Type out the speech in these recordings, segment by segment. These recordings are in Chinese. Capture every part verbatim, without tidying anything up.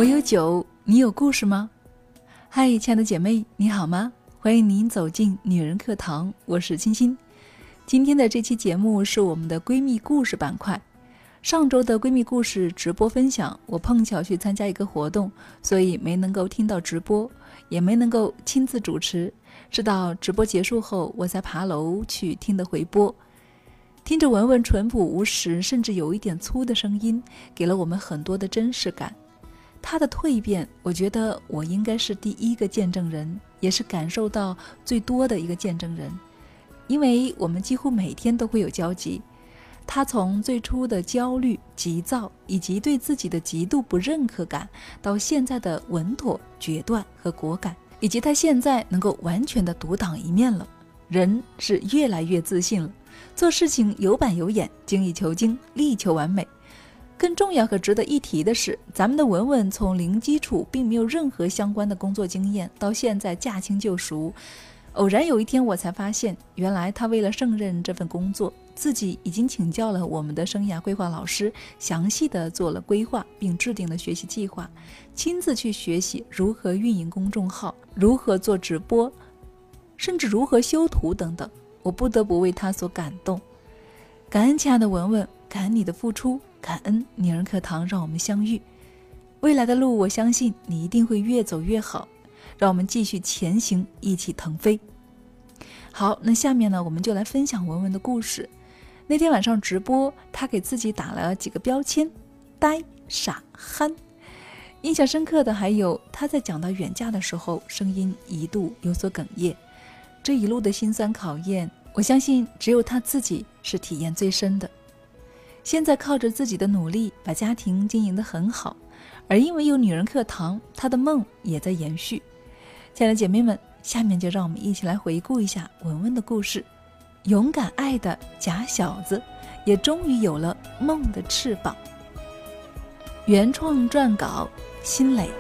我有酒，你有故事吗？嗨，亲爱的姐妹，你好吗？欢迎您走进女人课堂，我是清新。今天的这期节目是我们的闺蜜故事板块。上周的闺蜜故事直播分享，我碰巧去参加一个活动，所以没能够听到直播，也没能够亲自主持，直到直播结束后，我才爬楼去听的回播。听着文文淳朴无实，甚至有一点粗的声音，给了我们很多的真实感。她的蜕变，我觉得我应该是第一个见证人，也是感受到最多的一个见证人，因为我们几乎每天都会有交集。她从最初的焦虑、急躁，以及对自己的极度不认可感，到现在的稳妥、决断和果敢，以及她现在能够完全的独当一面了。人是越来越自信了，做事情有板有眼，精益求精，力求完美。更重要和值得一提的是，咱们的文文从零基础并没有任何相关的工作经验，到现在驾轻就熟。偶然有一天我才发现，原来他为了胜任这份工作，自己已经请教了我们的生涯规划老师，详细的做了规划，并制定了学习计划，亲自去学习如何运营公众号，如何做直播，甚至如何修图等等。我不得不为他所感动。感恩亲爱的文文，感恩你的付出，感恩女人课堂让我们相遇。未来的路，我相信你一定会越走越好，让我们继续前行，一起腾飞。好，那下面呢，我们就来分享文文的故事。那天晚上直播，她给自己打了几个标签：呆、傻、憨。印象深刻的还有她在讲到远嫁的时候，声音一度有所哽咽。这一路的辛酸考验，我相信只有她自己是体验最深的。现在靠着自己的努力，把家庭经营得很好，而因为有女人课堂，她的梦也在延续。亲爱的姐妹们，下面就让我们一起来回顾一下文文的故事。勇敢爱的假小子，也终于有了梦的翅膀。原创撰稿，辛磊。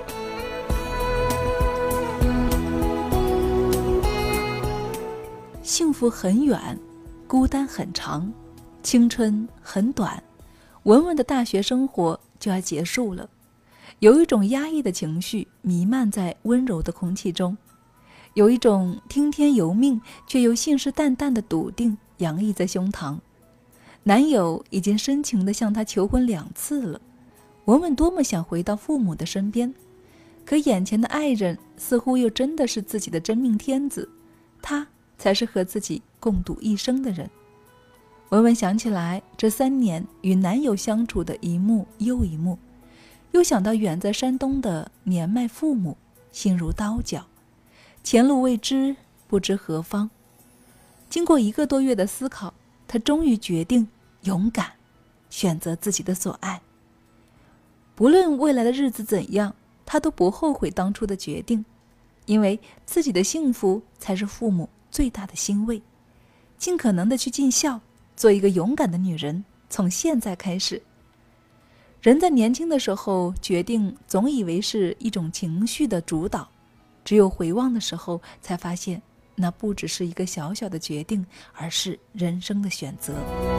幸福很远，孤单很长，青春很短，文文的大学生活就要结束了。有一种压抑的情绪弥漫在温柔的空气中，有一种听天由命却又信誓旦旦的笃定洋溢在胸膛。男友已经深情地向她求婚两次了，文文多么想回到父母的身边，可眼前的爱人似乎又真的是自己的真命天子，他才是和自己共度一生的人。文文想起来这三年与男友相处的一幕又一幕，又想到远在山东的年迈父母，心如刀绞，前路未知，不知何方。经过一个多月的思考，她终于决定勇敢选择自己的所爱。不论未来的日子怎样，她都不后悔当初的决定，因为自己的幸福才是父母最大的欣慰。尽可能的去尽孝，做一个勇敢的女人，从现在开始。人在年轻的时候决定总以为是一种情绪的主导，只有回望的时候才发现，那不只是一个小小的决定，而是人生的选择。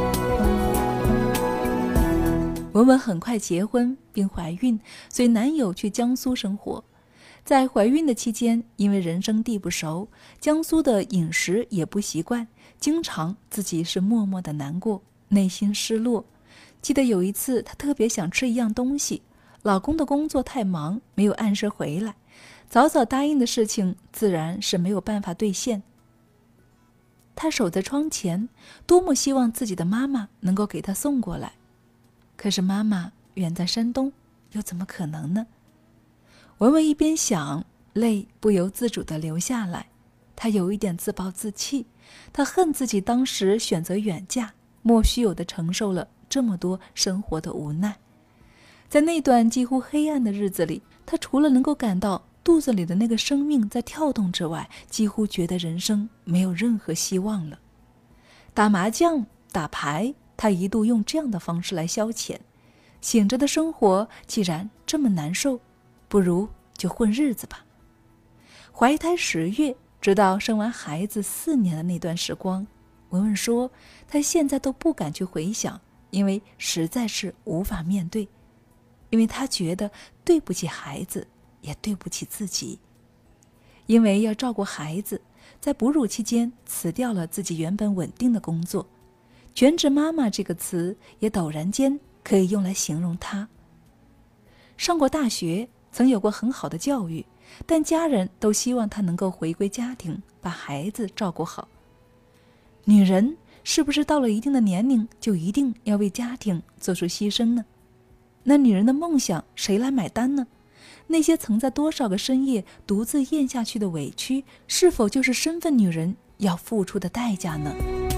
文文很快结婚并怀孕，随男友去江苏生活。在怀孕的期间，因为人生地不熟，江苏的饮食也不习惯，经常自己是默默的难过，内心失落。记得有一次她特别想吃一样东西，老公的工作太忙，没有按时回来，早早答应的事情自然是没有办法兑现。她守在窗前，多么希望自己的妈妈能够给她送过来，可是妈妈远在山东，又怎么可能呢？文文一边想，泪不由自主地流下来。她有一点自暴自弃，她恨自己当时选择远嫁，莫须有地承受了这么多生活的无奈。在那段几乎黑暗的日子里，她除了能够感到肚子里的那个生命在跳动之外，几乎觉得人生没有任何希望了。打麻将、打牌，她一度用这样的方式来消遣。醒着的生活既然这么难受，不如就混日子吧。怀胎十月，直到生完孩子四年的那段时光，文文说她现在都不敢去回想，因为实在是无法面对。 因为她觉得对不起孩子，也对不起自己。因为要照顾孩子，在哺乳期间辞掉了自己原本稳定的工作，全职妈妈这个词也陡然间可以用来形容她。上过大学，曾有过很好的教育，但家人都希望她能够回归家庭，把孩子照顾好。女人是不是到了一定的年龄就一定要为家庭做出牺牲呢？那女人的梦想谁来买单呢？那些曾在多少个深夜独自咽下去的委屈，是否就是身份女人要付出的代价呢？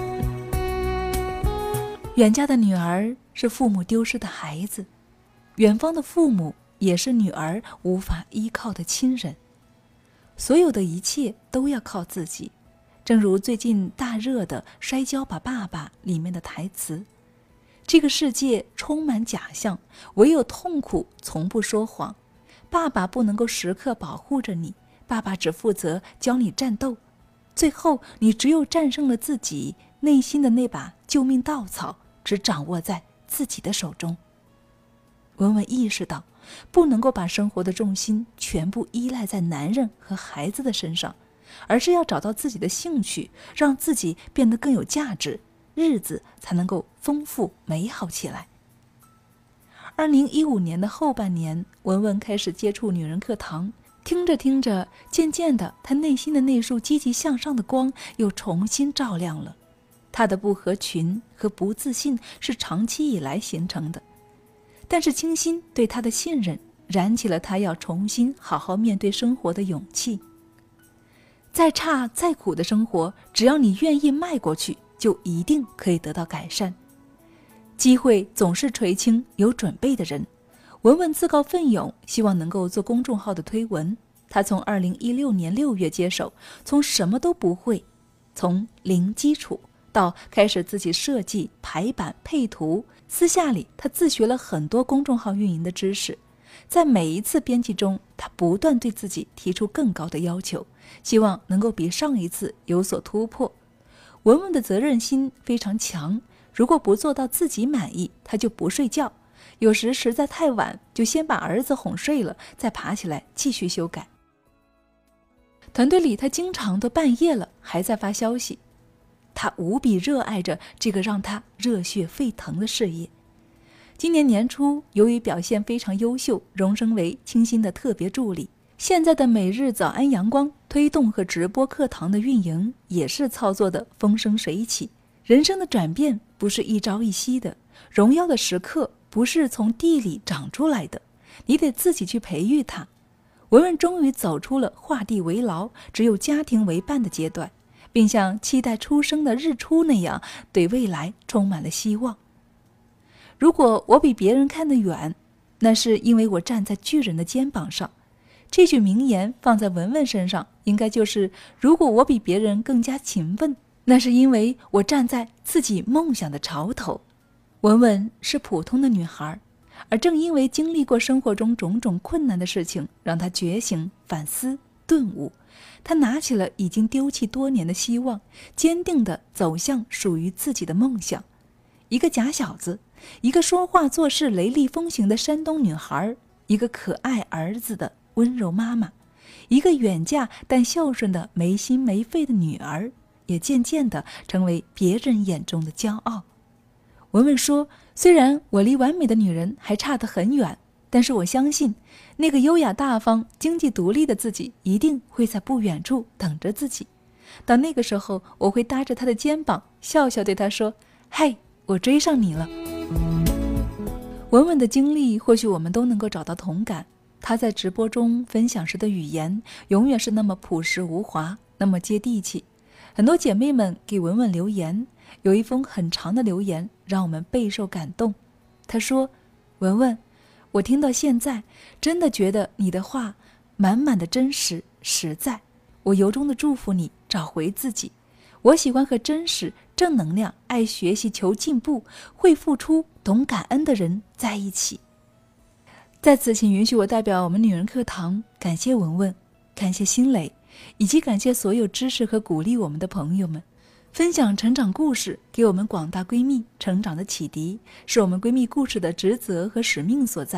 远嫁的女儿是父母丢失的孩子，远方的父母也是女儿无法依靠的亲人。所有的一切都要靠自己，正如最近大热的《摔跤吧，爸爸》里面的台词：这个世界充满假象，唯有痛苦从不说谎。爸爸不能够时刻保护着你，爸爸只负责教你战斗，最后你只有战胜了自己，内心的那把救命稻草只掌握在自己的手中。文文意识到，不能够把生活的重心全部依赖在男人和孩子的身上，而是要找到自己的兴趣，让自己变得更有价值，日子才能够丰富美好起来。二零一五年的后半年，文文开始接触女人课堂，听着听着，渐渐的，她内心的那束积极向上的光又重新照亮了。她的不合群和不自信是长期以来形成的，但是清新对她的信任，燃起了她要重新好好面对生活的勇气。再差再苦的生活，只要你愿意迈过去，就一定可以得到改善。机会总是垂青有准备的人。文文自告奋勇，希望能够做公众号的推文。他从二零一六年六月接手，从什么都不会，从零基础到开始自己设计、排版、配图。私下里，他自学了很多公众号运营的知识。在每一次编辑中，他不断对自己提出更高的要求，希望能够比上一次有所突破。文文的责任心非常强，如果不做到自己满意，他就不睡觉。有时实在太晚，就先把儿子哄睡了，再爬起来继续修改。团队里他经常都半夜了还在发消息，他无比热爱着这个让他热血沸腾的事业。今年年初，由于表现非常优秀，荣升为清新的特别助理。现在的每日早安阳光推动和直播课堂的运营也是操作的风生水起。人生的转变不是一朝一夕的，荣耀的时刻不是从地里长出来的，你得自己去培育它。文文终于走出了画地为牢，只有家庭为伴的阶段，并像期待初升的日出那样，对未来充满了希望。如果我比别人看得远，那是因为我站在巨人的肩膀上。这句名言放在文文身上，应该就是如果我比别人更加勤奋，那是因为我站在自己梦想的潮头。文文是普通的女孩，而正因为经历过生活中种种困难的事情，让她觉醒、反思、顿悟。她拿起了已经丢弃多年的希望，坚定地走向属于自己的梦想。一个假小子，一个说话做事雷厉风行的山东女孩，一个可爱儿子的温柔妈妈，一个远嫁但孝顺的没心没肺的女儿，也渐渐地成为别人眼中的骄傲。文文说，虽然我离完美的女人还差得很远，但是我相信那个优雅大方、经济独立的自己一定会在不远处等着自己。到那个时候，我会搭着她的肩膀，笑笑对她说，嗨，我追上你了。文文的经历或许我们都能够找到同感，她在直播中分享时的语言永远是那么朴实无华，那么接地气。很多姐妹们给文文留言，有一封很长的留言让我们备受感动。她说，文文，我听到现在真的觉得你的话满满的真实实在，我由衷的祝福你找回自己。我喜欢和真实、正能量、爱学习、求进步、会付出、懂感恩的人在一起。在此，请允许我代表我们女人课堂感谢文文，感谢新蕾，以及感谢所有支持和鼓励我们的朋友们。分享成长故事，给我们广大闺蜜成长的启迪，是我们闺蜜故事的职责和使命所在。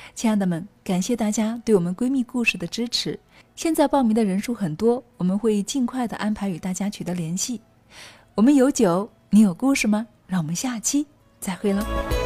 亲爱的们，感谢大家对我们闺蜜故事的支持。现在报名的人数很多，我们会尽快的安排与大家取得联系。我们有酒，你有故事吗？让我们下期再会了。